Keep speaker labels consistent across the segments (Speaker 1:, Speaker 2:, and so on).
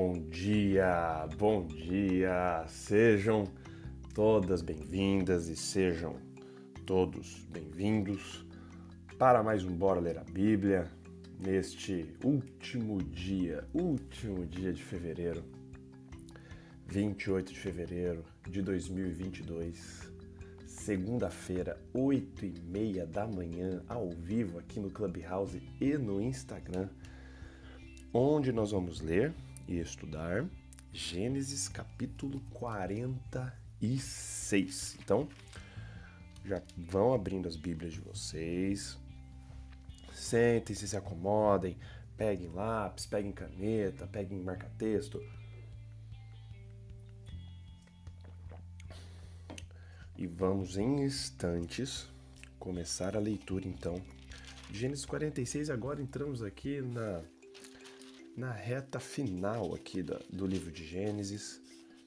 Speaker 1: Bom dia! Sejam todas bem-vindas e sejam todos bem-vindos para mais um Bora Ler a Bíblia neste último dia de fevereiro, 28 de fevereiro de 2022, segunda-feira, 8h30 da manhã, ao vivo aqui no Clubhouse e no Instagram, onde nós vamos ler e estudar Gênesis capítulo 46. Então, já vão abrindo as Bíblias de vocês, sentem-se, se acomodem, peguem lápis, peguem caneta, peguem marca-texto e vamos em instantes começar a leitura então de Gênesis 46. Agora entramos aqui na reta final aqui do livro de Gênesis.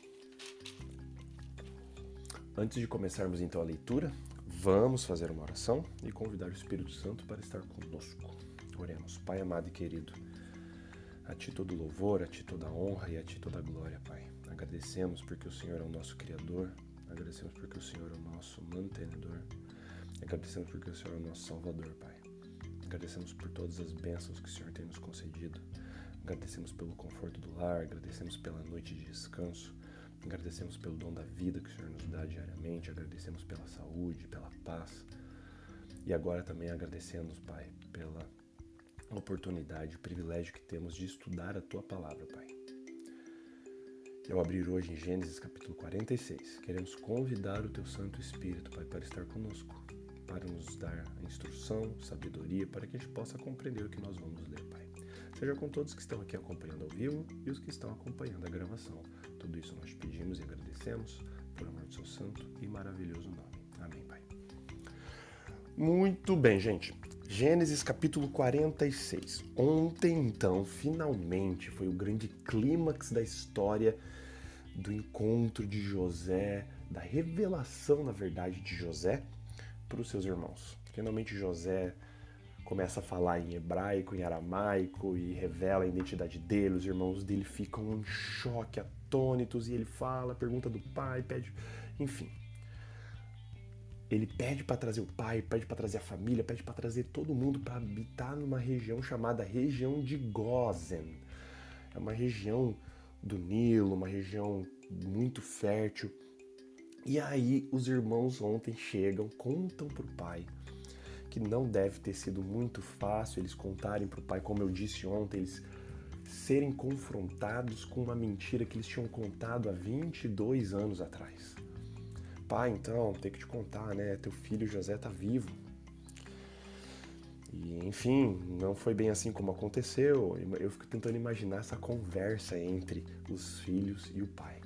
Speaker 1: Antes de começarmos então a leitura, vamos fazer uma oração e convidar o Espírito Santo para estar conosco. Oremos. Pai amado e querido, a Ti todo louvor, a Ti toda honra e a Ti toda glória, Pai. Agradecemos porque o Senhor é o nosso Criador, agradecemos porque o Senhor é o nosso mantenedor, agradecemos porque o Senhor é o nosso Salvador, Pai. Agradecemos por todas as bênçãos que o Senhor tem nos concedido. Agradecemos pelo conforto do lar, agradecemos pela noite de descanso, agradecemos pelo dom da vida que o Senhor nos dá diariamente, agradecemos pela saúde, pela paz. E agora também agradecemos, Pai, pela oportunidade, o privilégio que temos de estudar a Tua Palavra, Pai. Eu abrir hoje em Gênesis capítulo 46. Queremos convidar o Teu Santo Espírito, Pai, para estar conosco, para nos dar a instrução, sabedoria, para que a gente possa compreender o que nós vamos ler, Pai. Seja com todos que estão aqui acompanhando ao vivo e os que estão acompanhando a gravação. Tudo isso nós pedimos e agradecemos por amor do Seu santo e maravilhoso nome. Amém, Pai. Muito bem, gente. Gênesis capítulo 46. Ontem, então, finalmente foi o grande clímax da história do encontro de José, da revelação, na verdade, de José para os seus irmãos. Finalmente José começa a falar em hebraico, em aramaico e revela a identidade dele. Os irmãos dele ficam em choque, atônitos, e ele fala, pergunta do pai, pede, enfim. Ele pede para trazer o pai, pede para trazer a família, pede para trazer todo mundo para habitar numa região chamada região de Gósen. É uma região do Nilo, uma região muito fértil. E aí os irmãos ontem chegam, contam para o pai que não deve ter sido muito fácil eles contarem para o pai, como eu disse ontem, eles serem confrontados com uma mentira que eles tinham contado há 22 anos atrás. Pai, então, tem que te contar, né? Teu filho José tá vivo. E, enfim, não foi bem assim como aconteceu. Eu fico tentando imaginar essa conversa entre os filhos e o pai.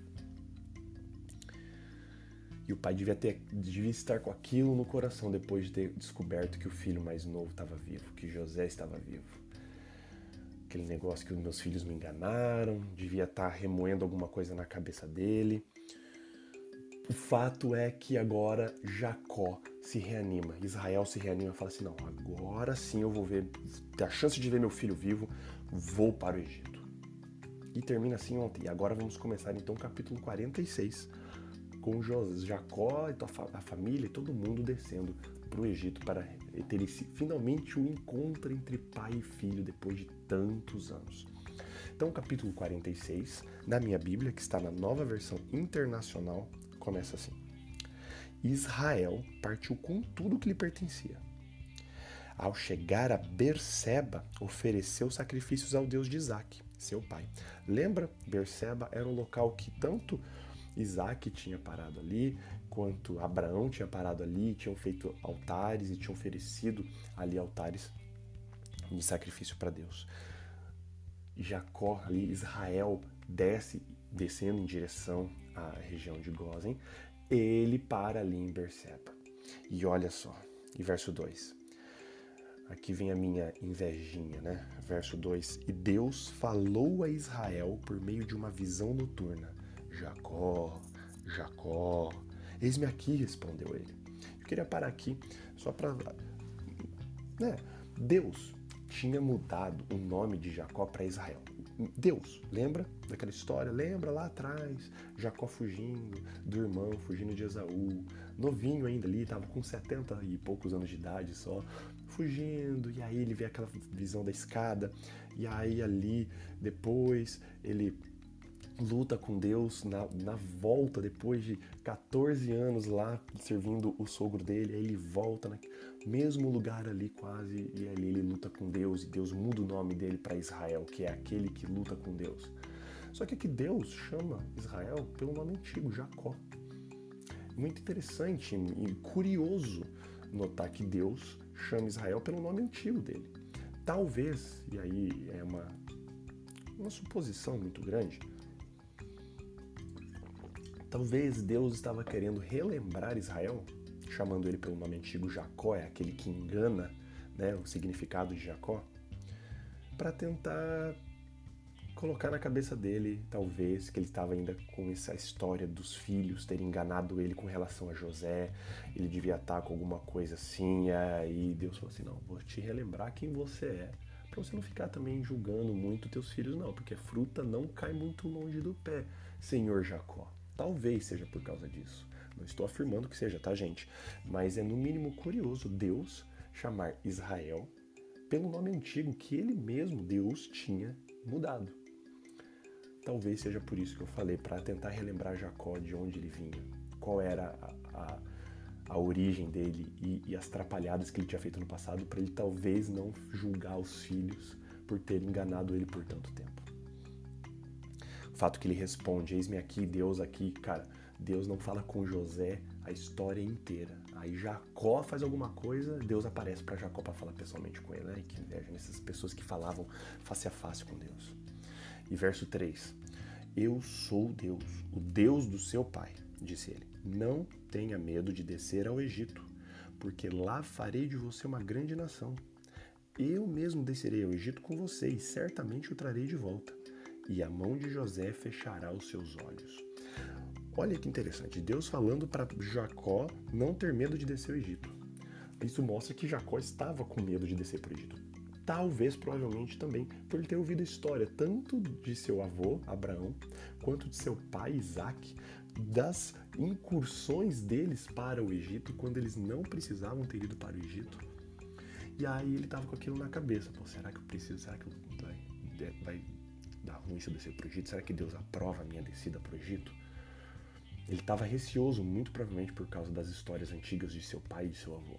Speaker 1: E o pai devia estar com aquilo no coração depois de ter descoberto que o filho mais novo estava vivo, que José estava vivo. Aquele negócio que os meus filhos me enganaram, devia estar remoendo alguma coisa na cabeça dele. O fato é que agora Jacó se reanima, Israel se reanima e fala assim, não, agora sim eu vou ter a chance de ver meu filho vivo, vou para o Egito. E termina assim ontem. E agora vamos começar então o capítulo 46, com Jacó e a família e todo mundo descendo para o Egito para ter finalmente um encontro entre pai e filho depois de tantos anos. Então o capítulo 46, na minha Bíblia, que está na Nova Versão Internacional, começa assim. Israel partiu com tudo que lhe pertencia. Ao chegar a Berseba, ofereceu sacrifícios ao Deus de Isaac, seu pai. Lembra? Berseba era um local que tanto Isaac tinha parado ali, quanto Abraão tinha parado ali, tinham feito altares e tinham oferecido ali altares de sacrifício para Deus. Jacó ali, Israel, descendo em direção à região de Gósen, ele para ali em Berseba. E olha só, e verso 2. Aqui vem a minha invejinha, né? Verso 2. E Deus falou a Israel por meio de uma visão noturna. Jacó, Jacó. Eis-me aqui, respondeu ele. Eu queria parar aqui só para... Deus tinha mudado o nome de Jacó para Israel. Deus, lembra daquela história? Lembra lá atrás, Jacó fugindo do irmão, fugindo de Esaú, novinho ainda ali, estava com 70 e poucos anos de idade só, fugindo, e aí ele vê aquela visão da escada, e aí ali, depois, ele luta com Deus na volta, depois de 14 anos lá servindo o sogro dele, aí ele volta no mesmo lugar ali quase, e ali ele luta com Deus, e Deus muda o nome dele para Israel, que é aquele que luta com Deus. Só que aqui Deus chama Israel pelo nome antigo, Jacó. Muito interessante e curioso notar que Deus chama Israel pelo nome antigo dele. Talvez, e aí é uma suposição muito grande, talvez Deus estava querendo relembrar Israel, chamando ele pelo nome antigo Jacó, é aquele que engana, né, o significado de Jacó, para tentar colocar na cabeça dele, talvez, que ele estava ainda com essa história dos filhos terem enganado ele com relação a José, ele devia estar com alguma coisa assim, e aí Deus falou assim, não, vou te relembrar quem você é, para você não ficar também julgando muito teus filhos, não, porque fruta não cai muito longe do pé, Senhor Jacó. Talvez seja por causa disso. Não estou afirmando que seja, tá, gente? Mas é no mínimo curioso Deus chamar Israel pelo nome antigo que ele mesmo, Deus, tinha mudado. Talvez seja por isso que eu falei, para tentar relembrar Jacó de onde ele vinha, qual era a origem dele e as atrapalhadas que ele tinha feito no passado, para ele talvez não julgar os filhos por ter enganado ele por tanto tempo. O fato que ele responde, eis-me aqui, Deus aqui, cara, Deus não fala com José a história inteira. Aí Jacó faz alguma coisa, Deus aparece para Jacó para falar pessoalmente com ele, né? Que inveja nessas pessoas que falavam face a face com Deus. E verso 3, eu sou Deus, o Deus do seu pai, disse ele. Não tenha medo de descer ao Egito, porque lá farei de você uma grande nação. Eu mesmo descerei ao Egito com você e certamente o trarei de volta. E a mão de José fechará os seus olhos. Olha que interessante, Deus falando para Jacó não ter medo de descer ao Egito. Isso mostra que Jacó estava com medo de descer para o Egito. Talvez, provavelmente também, por ele ter ouvido a história tanto de seu avô, Abraão, quanto de seu pai, Isaac, das incursões deles para o Egito, quando eles não precisavam ter ido para o Egito. E aí ele estava com aquilo na cabeça. Pô, será que eu preciso? Será que vai dar ruim se eu descer para o Egito? Será que Deus aprova a minha descida para o Egito? Ele estava receoso, muito provavelmente por causa das histórias antigas de seu pai e de seu avô.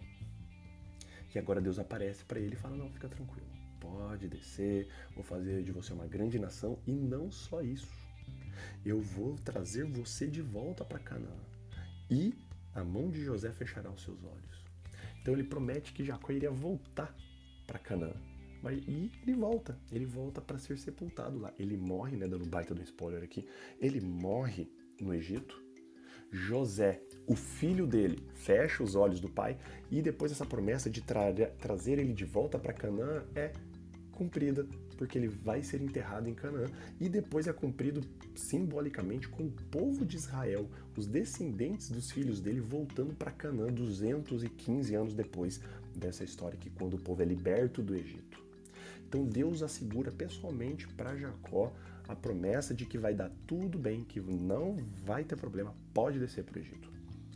Speaker 1: E agora Deus aparece para ele e fala, não, fica tranquilo, pode descer, vou fazer de você uma grande nação e não só isso, eu vou trazer você de volta para Canaã e a mão de José fechará os seus olhos. Então ele promete que Jacó iria voltar para Canaã. E ele volta para ser sepultado lá. Ele morre, né, dando baita do spoiler aqui, ele morre no Egito. José, o filho dele, fecha os olhos do pai e depois essa promessa de trazer ele de volta para Canaã é cumprida, porque ele vai ser enterrado em Canaã e depois é cumprido simbolicamente com o povo de Israel, os descendentes dos filhos dele voltando para Canaã 215 anos depois dessa história, que quando o povo é liberto do Egito. Então Deus assegura pessoalmente para Jacó a promessa de que vai dar tudo bem, que não vai ter problema, pode descer para o Egito.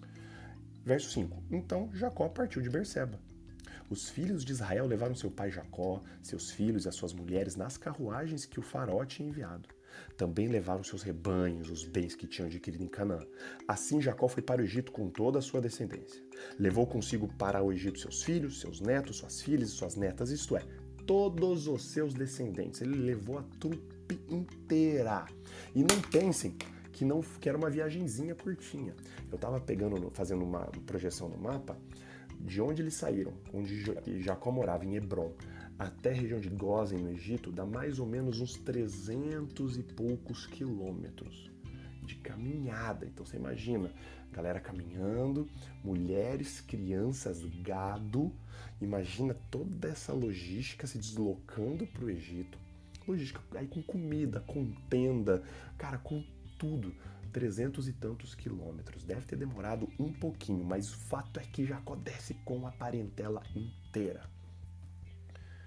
Speaker 1: Verso 5. Então Jacó partiu de Berseba. Os filhos de Israel levaram seu pai Jacó, seus filhos e as suas mulheres nas carruagens que o faraó tinha enviado. Também levaram seus rebanhos, os bens que tinham adquirido em Canaã. Assim Jacó foi para o Egito com toda a sua descendência. Levou consigo para o Egito seus filhos, seus netos, suas filhas e suas netas, isto é, todos os seus descendentes. Ele levou a trupe inteira. E não pensem que era uma viagenzinha curtinha. Eu estava fazendo uma projeção no mapa de onde eles saíram, onde Jacó morava, em Hebrom, até a região de Gósen, no Egito, dá mais ou menos uns 300 e poucos quilômetros de caminhada. Então você imagina, galera caminhando, mulheres, crianças, gado, imagina toda essa logística se deslocando para o Egito, logística aí com comida, com tenda, cara, com tudo, 300 e tantos quilômetros. Deve ter demorado um pouquinho, mas o fato é que Jacó desce com a parentela inteira.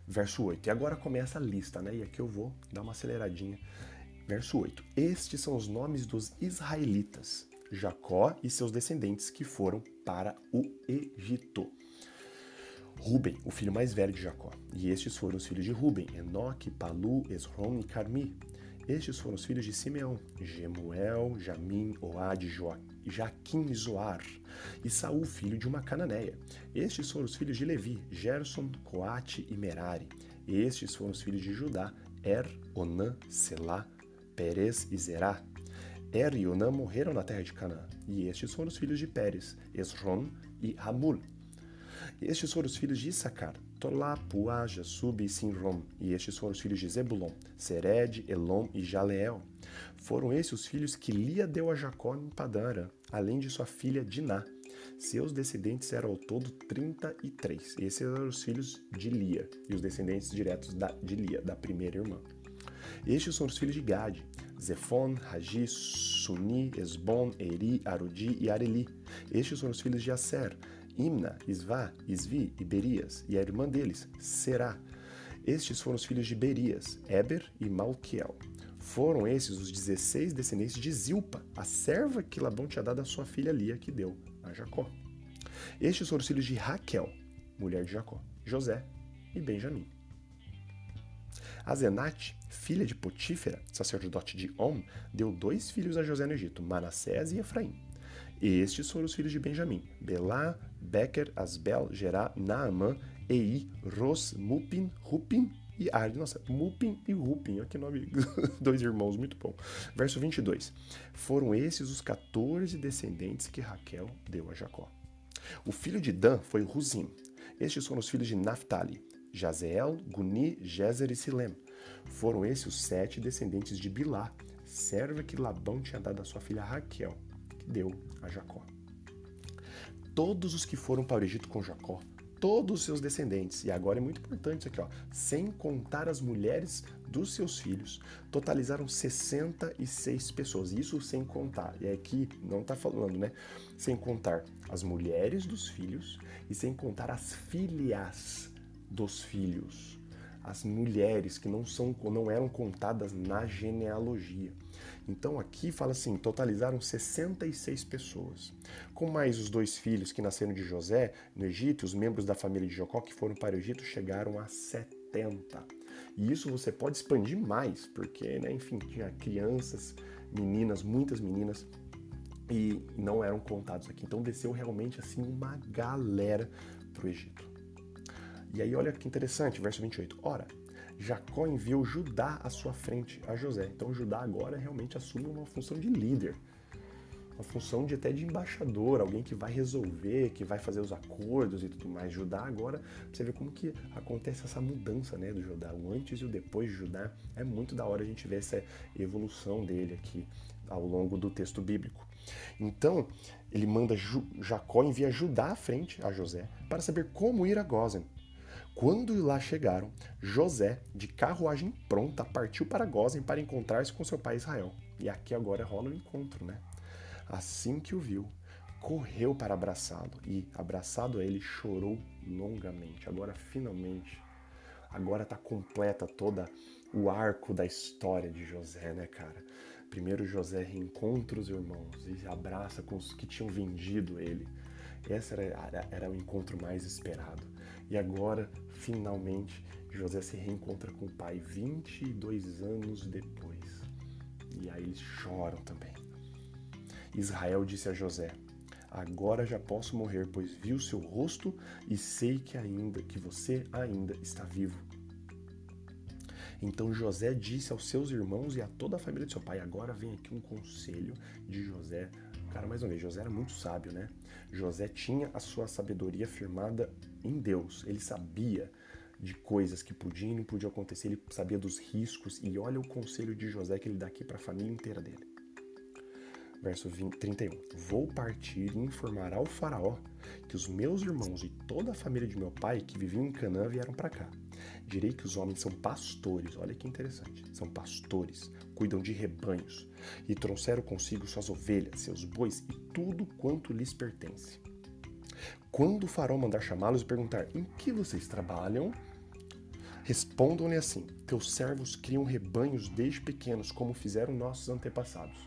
Speaker 1: Verso 8. E agora começa a lista, né? E aqui eu vou dar uma aceleradinha. Verso 8. Estes são os nomes dos israelitas, Jacó e seus descendentes que foram para o Egito. Ruben, o filho mais velho de Jacó. E estes foram os filhos de Ruben, Enoque, Palu, Esrom e Carmi. Estes foram os filhos de Simeão, Gemuel, Jamim, Oade, Jaquim e Zoar. E Saul, filho de uma cananeia. Estes foram os filhos de Levi, Gerson, Coate e Merari. Estes foram os filhos de Judá, Onã, Selá, Pérez e Zerá. E Onã morreram na terra de Canaã. E estes foram os filhos de Pérez, Esrom e Ramul. Estes foram os filhos de Issacar, Tolá, Puá, Jassub e Sinrom. E estes foram os filhos de Zebulon, Sered, Elom e Jaleel. Foram esses os filhos que Lia deu a Jacó em Padã, além de sua filha Diná. Seus descendentes eram ao todo 33. Esses eram os filhos de Lia e os descendentes diretos de Lia, da primeira irmã. Estes são os filhos de Gade, Zefon, Ragi, Suni, Esbon, Eri, Arudi e Areli. Estes são os filhos de Aser, Imna, Isvá, Isvi e Berias, e a irmã deles, Será. Estes foram os filhos de Berias, Eber e Malquiel. Foram esses os 16 descendentes de Zilpa, a serva que Labão tinha dado à sua filha Lia, que deu a Jacó. Estes foram os filhos de Raquel, mulher de Jacó, José e Benjamim. Azenate, filha de Potífera, sacerdote de On, deu 2 filhos a José no Egito, Manassés e Efraim. Estes foram os filhos de Benjamim, Belá, Bequer, Asbel, Gerá, Naamã, Ei, Ros, Mupim, Rupim e Ard. Nossa, Mupim e Rupim, olha que nome, 2 irmãos, muito bom. Verso 22. Foram esses os 14 descendentes que Raquel deu a Jacó. O filho de Dan foi Ruzim. Estes foram os filhos de Naphtali, Jazeel, Guni, Jezer e Silem. Foram esses os 7 descendentes de Bilá, serva que Labão tinha dado à sua filha Raquel, que deu a Jacó. Todos os que foram para o Egito com Jacó, todos os seus descendentes, e agora é muito importante isso aqui, ó, sem contar as mulheres dos seus filhos, totalizaram 66 pessoas, isso sem contar, e aqui não está falando, né, sem contar as mulheres dos filhos e sem contar as filhas dos filhos, as mulheres que não eram contadas na genealogia. Então aqui fala assim, totalizaram 66 pessoas. Com mais os 2 filhos que nasceram de José no Egito, os membros da família de Jacó que foram para o Egito chegaram a 70. E isso você pode expandir mais, porque, né, enfim, tinha crianças, meninas, muitas meninas, e não eram contados aqui. Então desceu realmente assim uma galera para o Egito. E aí olha que interessante, verso 28. Ora, Jacó enviou Judá à sua frente a José. Então Judá agora realmente assume uma função de líder, uma função até de embaixador, alguém que vai resolver, que vai fazer os acordos e tudo mais. Judá agora, você vê como que acontece essa mudança, né, do Judá, o antes e o depois de Judá. É muito da hora a gente ver essa evolução dele aqui ao longo do texto bíblico. Então, ele manda Jacó envia Judá à frente a José para saber como ir a Gósen. Quando lá chegaram, José, de carruagem pronta, partiu para Gósen para encontrar-se com seu pai Israel. E aqui agora rola o encontro, né? Assim que o viu, correu para abraçá-lo e, abraçado a ele, chorou longamente. Agora, finalmente, agora está completa toda o arco da história de José, né, cara? Primeiro José reencontra os irmãos e abraça com os que tinham vendido ele. Esse era o encontro mais esperado. E agora, finalmente, José se reencontra com o pai 22 anos depois. E aí eles choram também. Israel disse a José: agora já posso morrer, pois vi o seu rosto e sei que você ainda está vivo. Então José disse aos seus irmãos e a toda a família de seu pai: agora vem aqui um conselho de José. Cara, mais uma vez, José era muito sábio, né? José tinha a sua sabedoria firmada em Deus. Ele sabia de coisas que podiam e não podiam acontecer, ele sabia dos riscos. E olha o conselho de José que ele dá aqui para a família inteira dele. Verso 31. Vou partir e informar ao faraó que os meus irmãos e toda a família de meu pai que viviam em Canaã vieram para cá. Direi que os homens são pastores, olha que interessante, são pastores, cuidam de rebanhos e trouxeram consigo suas ovelhas, seus bois e tudo quanto lhes pertence. Quando o faraó mandar chamá-los e perguntar: em que vocês trabalham? Respondam-lhe assim: teus servos criam rebanhos desde pequenos, como fizeram nossos antepassados.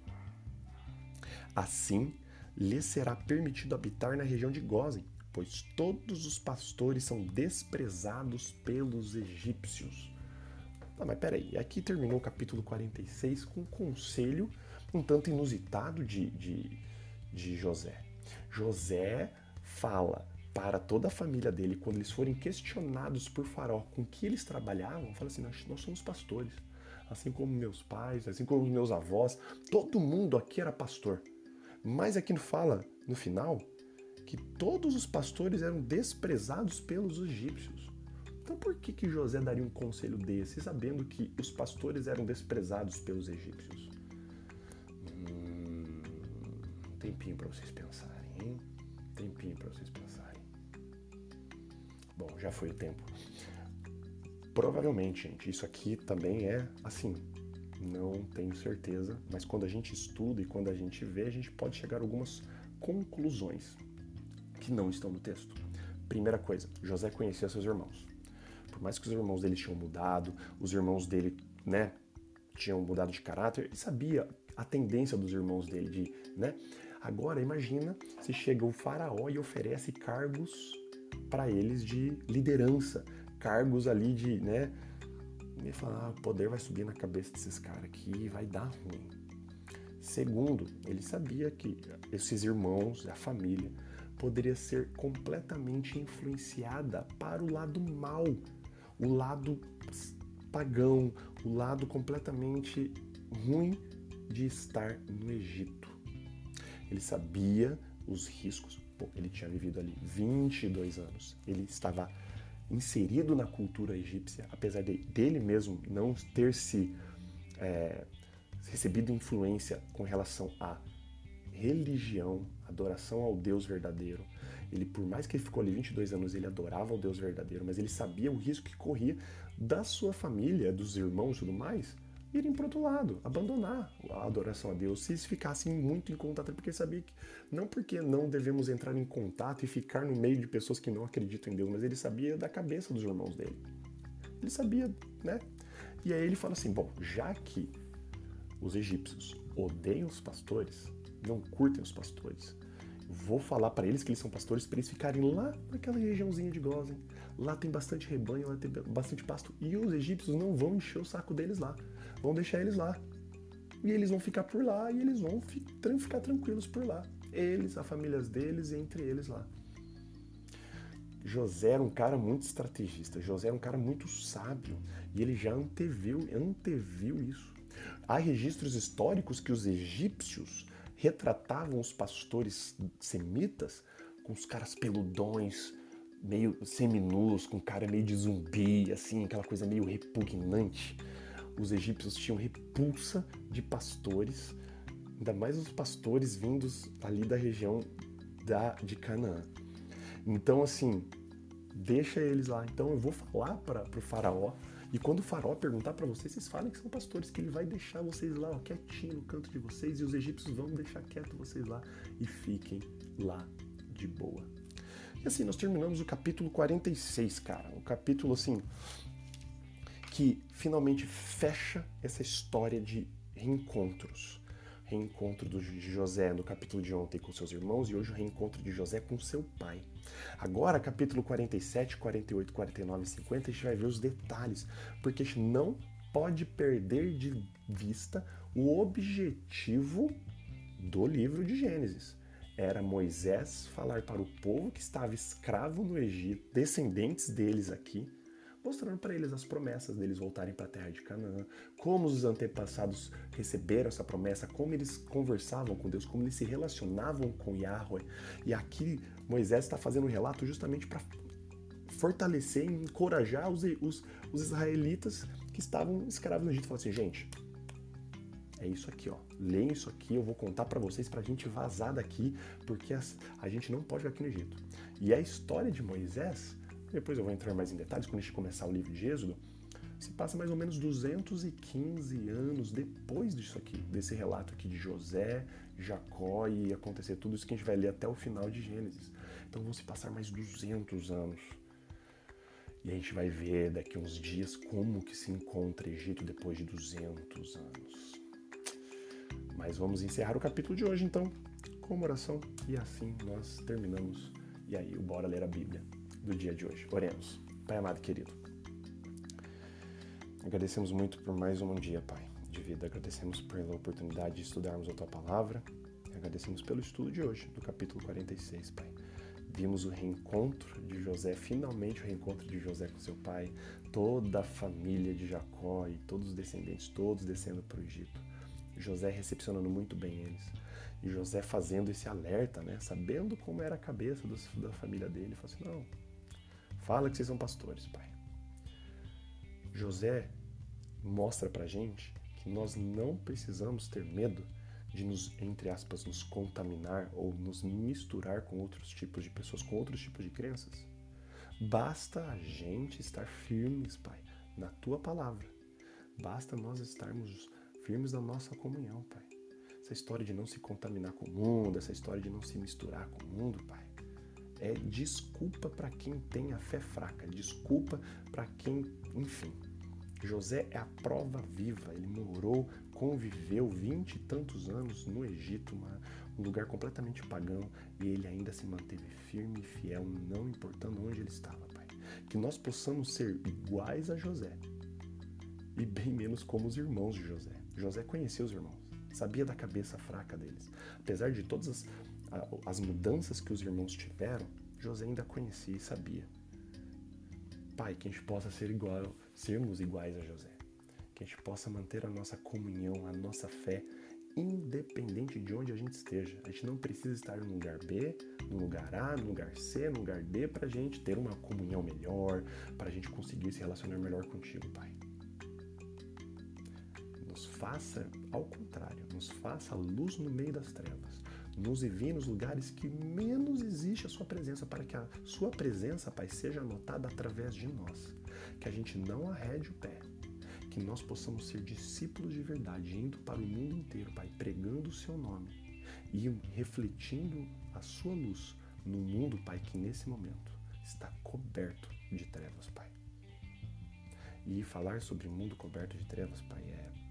Speaker 1: Assim, lhes será permitido habitar na região de Gósen, pois todos os pastores são desprezados pelos egípcios. Ah, mas peraí, aqui terminou o capítulo 46 com um conselho um tanto inusitado de José. José fala para toda a família dele, quando eles forem questionados por Faraó com que eles trabalhavam, fala assim: nós somos pastores, assim como meus pais, assim como meus avós, todo mundo aqui era pastor. Mas aqui fala, no final, que todos os pastores eram desprezados pelos egípcios. Então por que José daria um conselho desse, sabendo que os pastores eram desprezados pelos egípcios? Um tempinho para vocês pensarem, hein? Tempinho para vocês pensarem. Bom, já foi o tempo. Provavelmente, gente, isso aqui também é assim, não tenho certeza, mas quando a gente estuda e quando a gente vê, a gente pode chegar a algumas conclusões que não estão no texto. Primeira coisa, José conhecia seus irmãos. Por mais que os irmãos dele tinham mudado, os irmãos dele, né, tinham mudado de caráter, ele sabia a tendência dos irmãos dele de, né? Agora imagina se chega o faraó e oferece cargos para eles de liderança, cargos ali de, né? E fala, o poder vai subir na cabeça desses caras aqui e vai dar ruim. Segundo, ele sabia que esses irmãos, a família, poderia ser completamente influenciada para o lado mau, o lado pagão, o lado completamente ruim de estar no Egito. Ele sabia os riscos. Pô, ele tinha vivido ali 22 anos. Ele estava inserido na cultura egípcia, apesar dele mesmo não ter se recebido influência com relação à religião, adoração ao Deus verdadeiro. Ele, por mais que ele ficou ali 22 anos, ele adorava o Deus verdadeiro, mas ele sabia o risco que corria da sua família, dos irmãos e tudo mais, irem para outro lado, abandonar a adoração a Deus, se eles ficassem muito em contato, porque ele sabia que, não porque não devemos entrar em contato e ficar no meio de pessoas que não acreditam em Deus, mas ele sabia da cabeça dos irmãos dele. Ele sabia, né? E aí ele fala assim, bom, já que os egípcios odeiam os pastores, não curtem os pastores, vou falar para eles que eles são pastores para eles ficarem lá naquela regiãozinha de Gósen. Lá tem bastante rebanho, lá tem bastante pasto. E os egípcios não vão encher o saco deles lá. Vão deixar eles lá. E eles vão ficar por lá e eles vão ficar tranquilos por lá. Eles, as famílias deles e entre eles lá. José era um cara muito estrategista. José era um cara muito sábio. E ele já anteviu isso. Há registros históricos que os egípcios retratavam os pastores semitas com os caras peludões, meio seminus, com cara meio de zumbi, assim, aquela coisa meio repugnante. Os egípcios tinham repulsa de pastores, ainda mais os pastores vindos ali da região de Canaã. Então, assim, deixa eles lá. Então eu vou falar para o faraó, e quando o faraó perguntar para vocês, vocês falem que são pastores, que ele vai deixar vocês lá, ó, quietinho no canto de vocês, e os egípcios vão deixar quieto vocês lá e fiquem lá de boa. E assim, nós terminamos o capítulo 46, cara. Um capítulo, assim, que finalmente fecha essa história de reencontros. Reencontro de José no capítulo de ontem com seus irmãos e hoje o reencontro de José com seu pai. Agora, capítulo 47, 48, 49 e 50, a gente vai ver os detalhes, porque a gente não pode perder de vista o objetivo do livro de Gênesis. Era Moisés falar para o povo que estava escravo no Egito, descendentes deles aqui, mostrando para eles as promessas deles voltarem para a terra de Canaã, como os antepassados receberam essa promessa, como eles conversavam com Deus, como eles se relacionavam com Yahweh. E aqui Moisés está fazendo um relato justamente para fortalecer e encorajar os israelitas que estavam escravos no Egito. Falar assim, gente, é isso aqui, ó. Leiam isso aqui, eu vou contar para vocês pra gente vazar daqui, porque a gente não pode ficar aqui no Egito. E a história de Moisés, depois eu vou entrar mais em detalhes quando a gente começar o livro de Êxodo, se passa mais ou menos 215 anos depois disso aqui, desse relato aqui de José, Jacó e acontecer tudo isso que a gente vai ler até o final de Gênesis. Então vão se passar mais 200 anos. E a gente vai ver daqui uns dias como que se encontra Egito depois de 200 anos. Mas vamos encerrar o capítulo de hoje, então, com uma oração. E assim nós terminamos. E aí, bora ler a Bíblia do dia de hoje. Oremos. Pai amado e querido, agradecemos muito por mais um dia, Pai, de vida. Agradecemos pela oportunidade de estudarmos a Tua Palavra. Agradecemos pelo estudo de hoje, do capítulo 46, Pai. Vimos o reencontro de José, finalmente o reencontro de José com seu pai, toda a família de Jacó e todos os descendentes, todos descendo para o Egito. José recepcionando muito bem eles. E José fazendo esse alerta, né? Sabendo como era a cabeça da família dele. Falou assim, não, fala que vocês são pastores, pai. José mostra pra gente que nós não precisamos ter medo de nos, entre aspas, nos contaminar ou nos misturar com outros tipos de pessoas, com outros tipos de crenças. Basta a gente estar firmes, Pai, na Tua Palavra. Basta nós estarmos firmes na nossa comunhão, Pai. Essa história de não se contaminar com o mundo, essa história de não se misturar com o mundo, Pai, é desculpa para quem tem a fé fraca, desculpa para quem, enfim. José é a prova viva, ele morou, conviveu 20 e tantos anos no Egito, um lugar completamente pagão, e ele ainda se manteve firme e fiel, não importando onde ele estava, Pai. Que nós possamos ser iguais a José, e bem menos como os irmãos de José. José conhecia os irmãos, sabia da cabeça fraca deles. Apesar de todas as mudanças que os irmãos tiveram, José ainda conhecia e sabia. Pai, que a gente possa sermos iguais a José. Que a gente possa manter a nossa comunhão, a nossa fé, independente de onde a gente esteja. A gente não precisa estar no lugar B, no lugar A, no lugar C, no lugar D, para a gente ter uma comunhão melhor, para a gente conseguir se relacionar melhor contigo, Pai. Nos faça ao contrário, nos faça luz no meio das trevas. Nos envie nos lugares que menos existe a sua presença, para que a sua presença, Pai, seja notada através de nós. Que a gente não arrede o pé. Que nós possamos ser discípulos de verdade, indo para o mundo inteiro, Pai, pregando o seu nome e refletindo a sua luz no mundo, Pai, que nesse momento está coberto de trevas, Pai. E falar sobre o mundo coberto de trevas, Pai,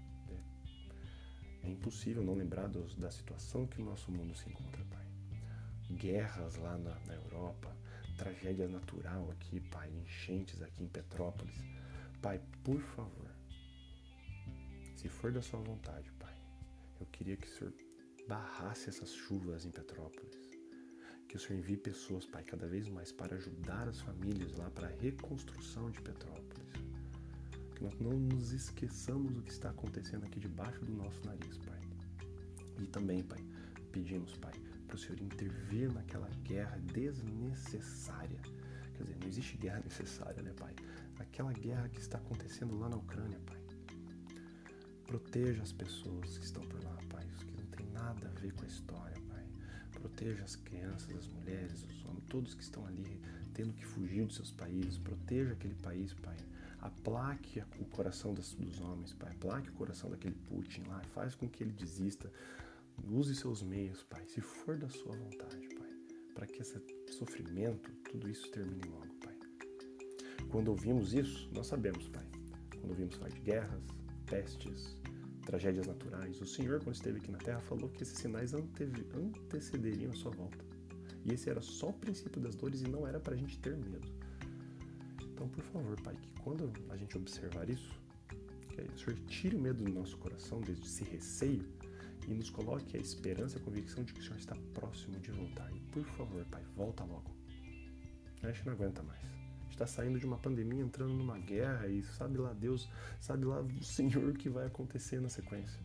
Speaker 1: é impossível não lembrar da situação que o nosso mundo se encontra, Pai. Guerras lá na Europa, tragédia natural aqui, Pai, enchentes aqui em Petrópolis. Pai, por favor, se for da sua vontade, Pai, eu queria que o Senhor barrasse essas chuvas em Petrópolis. Que o Senhor envie pessoas, Pai, cada vez mais para ajudar as famílias lá para a reconstrução de Petrópolis. Que nós não nos esqueçamos do que está acontecendo aqui debaixo do nosso nariz, Pai. E também, Pai, pedimos, Pai, para o Senhor intervir naquela guerra desnecessária. Quer dizer, não existe guerra necessária, né, Pai? Aquela guerra que está acontecendo lá na Ucrânia, Pai. Proteja as pessoas que estão por lá, Pai, os que não tem nada a ver com a história, Pai. Proteja as crianças, as mulheres, os homens, todos que estão ali tendo que fugir dos seus países. Proteja aquele país, Pai. Aplaque o coração dos homens, Pai. Aplaque o coração daquele Putin lá. Faz com que ele desista. Use seus meios, Pai, se for da sua vontade, Pai. Para que esse sofrimento, tudo isso termine logo, Pai. Quando ouvimos isso, nós sabemos, Pai. Quando ouvimos falar de guerras, pestes, tragédias naturais, o Senhor, quando esteve aqui na Terra, falou que esses sinais antecederiam a sua volta. E esse era só o princípio das dores e não era para a gente ter medo. Então, por favor, Pai, que quando a gente observar isso, que o Senhor tire o medo do nosso coração, desse receio, e nos coloque a esperança e a convicção de que o Senhor está próximo de voltar. E, por favor, Pai, volta logo. A gente não aguenta mais. A gente está saindo de uma pandemia, entrando numa guerra, e sabe lá Deus, sabe lá o Senhor o que vai acontecer na sequência.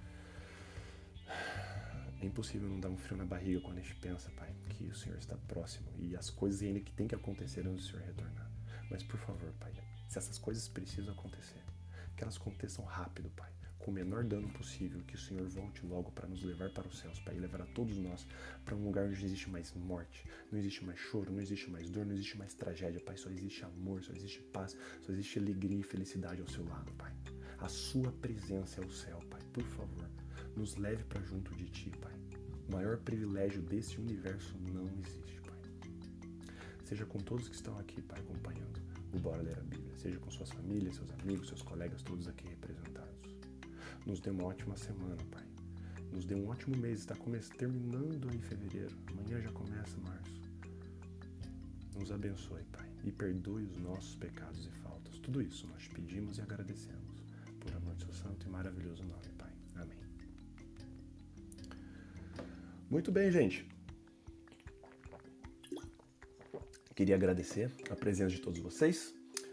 Speaker 1: É impossível não dar um frio na barriga quando a gente pensa, Pai, que o Senhor está próximo e as coisas ainda que tem que acontecer antes do Senhor retornar. Mas, por favor, Pai, se essas coisas precisam acontecer, que elas aconteçam rápido, Pai, com o menor dano possível, que o Senhor volte logo para nos levar para os céus, Pai, e levar a todos nós para um lugar onde não existe mais morte, não existe mais choro, não existe mais dor, não existe mais tragédia, Pai, só existe amor, só existe paz, só existe alegria e felicidade ao seu lado, Pai. A sua presença é o céu, Pai, por favor, nos leve para junto de Ti, Pai. O maior privilégio desse universo não existe, Pai. Seja com todos que estão aqui, Pai, acompanhando. o Bora Ler a Bíblia, seja com suas famílias, seus amigos, seus colegas, todos aqui representados. Nos dê uma ótima semana, Pai. Nos dê um ótimo mês, está terminando aí fevereiro, amanhã já começa março. Nos abençoe, Pai, e perdoe os nossos pecados e faltas. Tudo isso nós te pedimos e agradecemos, por amor do seu santo e maravilhoso nome, Pai. Amém. Muito bem, gente. Queria agradecer a presença de todos vocês,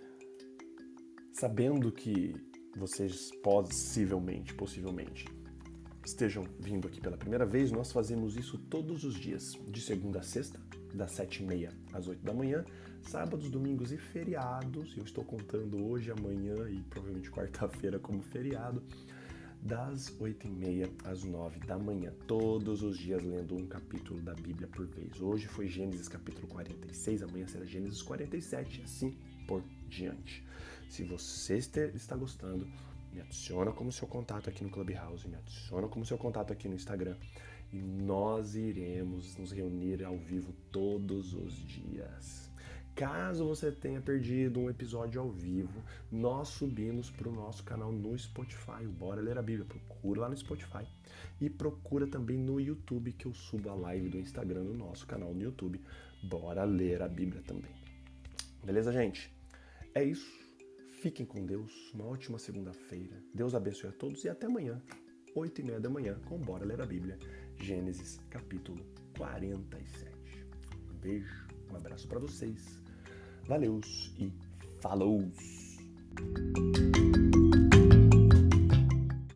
Speaker 1: sabendo que vocês possivelmente, estejam vindo aqui pela primeira vez. Nós fazemos isso todos os dias, de segunda a sexta, das 7h30 às 8 da manhã, sábados, domingos e feriados. Eu estou contando hoje, amanhã e provavelmente quarta-feira como feriado, das 8h30 às 9 da manhã, todos os dias lendo um capítulo da Bíblia por vez. Hoje foi Gênesis capítulo 46, amanhã será Gênesis 47, assim por diante. Se você está gostando, me adiciona como seu contato aqui no Clubhouse, me adiciona como seu contato aqui no Instagram e nós iremos nos reunir ao vivo todos os dias. Caso você tenha perdido um episódio ao vivo, nós subimos para o nosso canal no Spotify, o Bora Ler a Bíblia. Procura lá no Spotify e procura também no YouTube, que eu subo a live do Instagram no nosso canal no YouTube, Bora Ler a Bíblia também. Beleza, gente? É isso. Fiquem com Deus. Uma ótima segunda-feira. Deus abençoe a todos e até amanhã, 8h30 da manhã, com Bora Ler a Bíblia, Gênesis capítulo 47. Um beijo, um abraço para vocês. Valeus e falou!